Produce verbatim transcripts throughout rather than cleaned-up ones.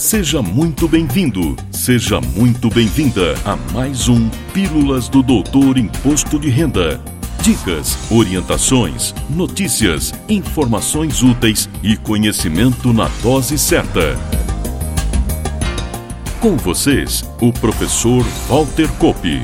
Seja muito bem-vindo, seja muito bem-vinda a mais um Pílulas do Doutor Imposto de Renda. Dicas, orientações, notícias, informações úteis e conhecimento na dose certa. Com vocês, o professor Walter Coppi.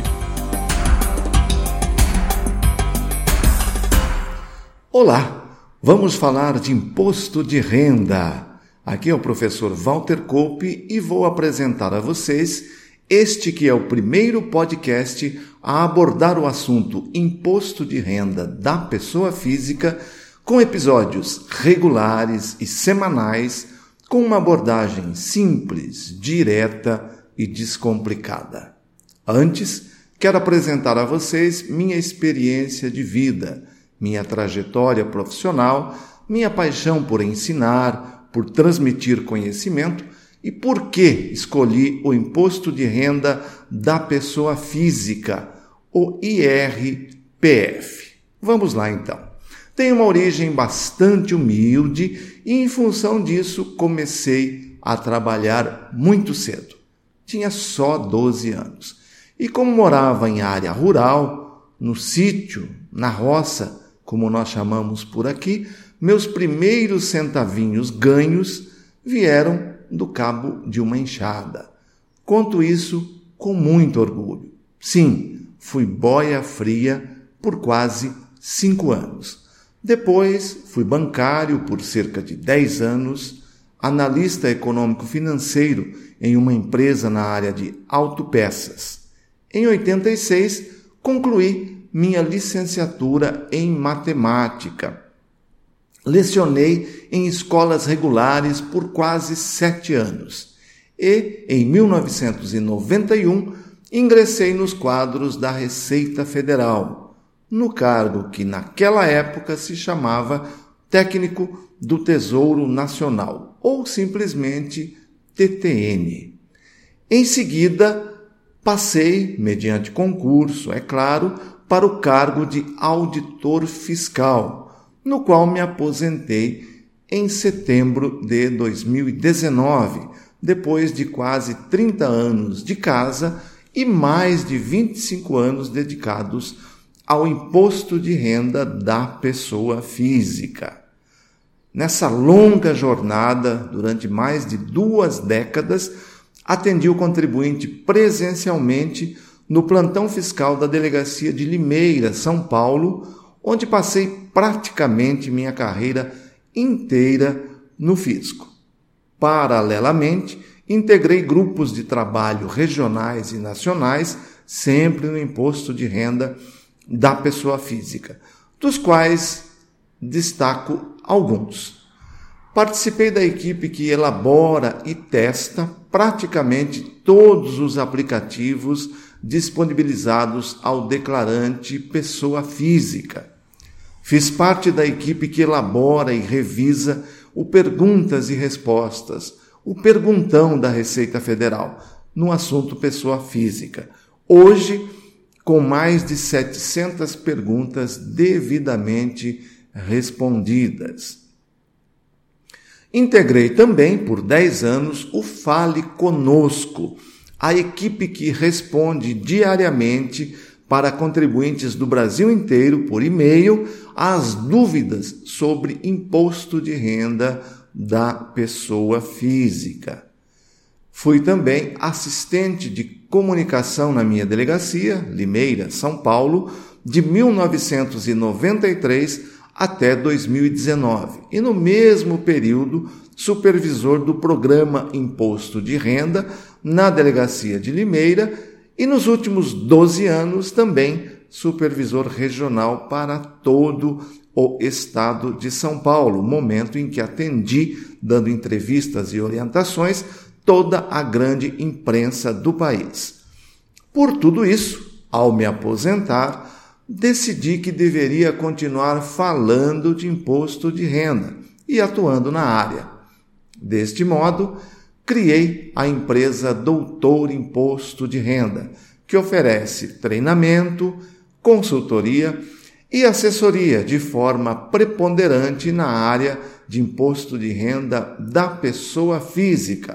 Olá, vamos falar de imposto de renda. Aqui é o professor Walter Coppi e vou apresentar a vocês este que é o primeiro podcast a abordar o assunto imposto de renda da pessoa física com episódios regulares e semanais com uma abordagem simples, direta e descomplicada. Antes, quero apresentar a vocês minha experiência de vida, minha trajetória profissional, minha paixão por ensinar, por transmitir conhecimento e por que escolhi o Imposto de Renda da Pessoa Física, o I R P F. Vamos lá então. Tem uma origem bastante humilde e, em função disso, comecei a trabalhar muito cedo. Tinha só doze anos. E como morava em área rural, no sítio, na roça, como nós chamamos por aqui, meus primeiros centavinhos ganhos vieram do cabo de uma enxada. Conto isso com muito orgulho. Sim, fui boia fria por quase cinco anos. Depois, fui bancário por cerca de dez anos, analista econômico-financeiro em uma empresa na área de autopeças. Em oitenta e seis, concluí minha licenciatura em matemática. Lecionei em escolas regulares por quase sete anos e, em mil novecentos e noventa e um, ingressei nos quadros da Receita Federal, no cargo que naquela época se chamava Técnico do Tesouro Nacional, ou simplesmente T T N. Em seguida, passei, mediante concurso, é claro, para o cargo de auditor fiscal, no qual me aposentei em setembro de dois mil e dezenove, depois de quase trinta anos de casa e mais de vinte e cinco anos dedicados ao imposto de renda da pessoa física. Nessa longa jornada, durante mais de duas décadas, atendi o contribuinte presencialmente no plantão fiscal da Delegacia de Limeira, São Paulo, onde passei praticamente minha carreira inteira no fisco. Paralelamente, integrei grupos de trabalho regionais e nacionais, sempre no imposto de renda da pessoa física, dos quais destaco alguns. Participei da equipe que elabora e testa praticamente todos os aplicativos disponibilizados ao declarante pessoa física. Fiz parte da equipe que elabora e revisa o Perguntas e Respostas, o Perguntão da Receita Federal, no assunto pessoa física. Hoje, com mais de setecentas perguntas devidamente respondidas. Integrei também, por dez anos, o Fale Conosco, a equipe que responde diariamente para contribuintes do Brasil inteiro, por e-mail, às dúvidas sobre imposto de renda da pessoa física. Fui também assistente de comunicação na minha delegacia, Limeira, São Paulo, de mil novecentos e noventa e três até dois mil e dezenove, e no mesmo período, supervisor do programa Imposto de Renda na Delegacia de Limeira e nos últimos doze anos também supervisor regional para todo o estado de São Paulo, momento em que atendi, dando entrevistas e orientações, toda a grande imprensa do país. Por tudo isso, ao me aposentar, decidi que deveria continuar falando de imposto de renda e atuando na área. Deste modo, criei a empresa Doutor Imposto de Renda, que oferece treinamento, consultoria e assessoria de forma preponderante na área de imposto de renda da pessoa física,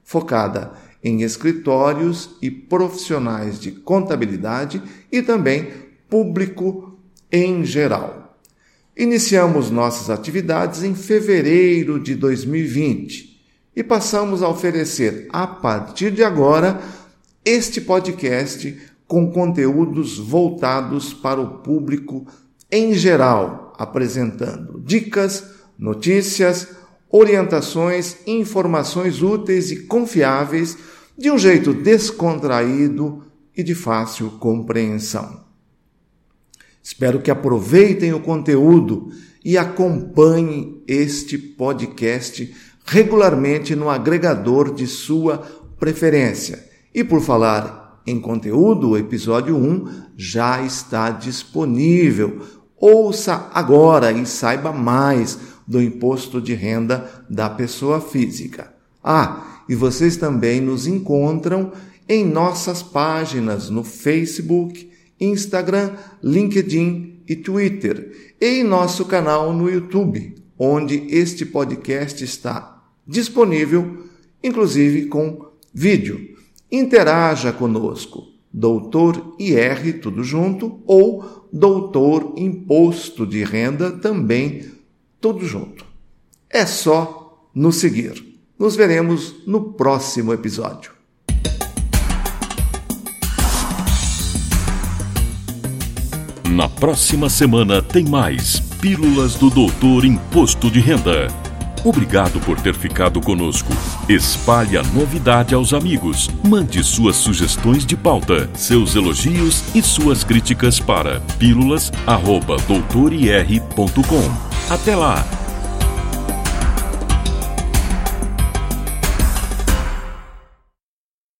focada em escritórios e profissionais de contabilidade e também público em geral. Iniciamos nossas atividades em fevereiro de dois mil e vinte e passamos a oferecer, a partir de agora, este podcast com conteúdos voltados para o público em geral, apresentando dicas, notícias, orientações, informações úteis e confiáveis de um jeito descontraído e de fácil compreensão. Espero que aproveitem o conteúdo e acompanhem este podcast regularmente no agregador de sua preferência. E por falar em conteúdo, o episódio um já está disponível. Ouça agora e saiba mais do imposto de renda da pessoa física. Ah, e vocês também nos encontram em nossas páginas no Facebook, Instagram, LinkedIn e Twitter, e em nosso canal no YouTube, onde este podcast está disponível, inclusive com vídeo. Interaja conosco, Doutor I R, tudo junto, ou Doutor Imposto de Renda, também tudo junto. É só nos seguir. Nos veremos no próximo episódio. Na próxima semana tem mais Pílulas do Doutor Imposto de Renda. Obrigado por ter ficado conosco. Espalhe a novidade aos amigos. Mande suas sugestões de pauta, seus elogios e suas críticas para pílulas arroba doutor i r ponto com. Até lá!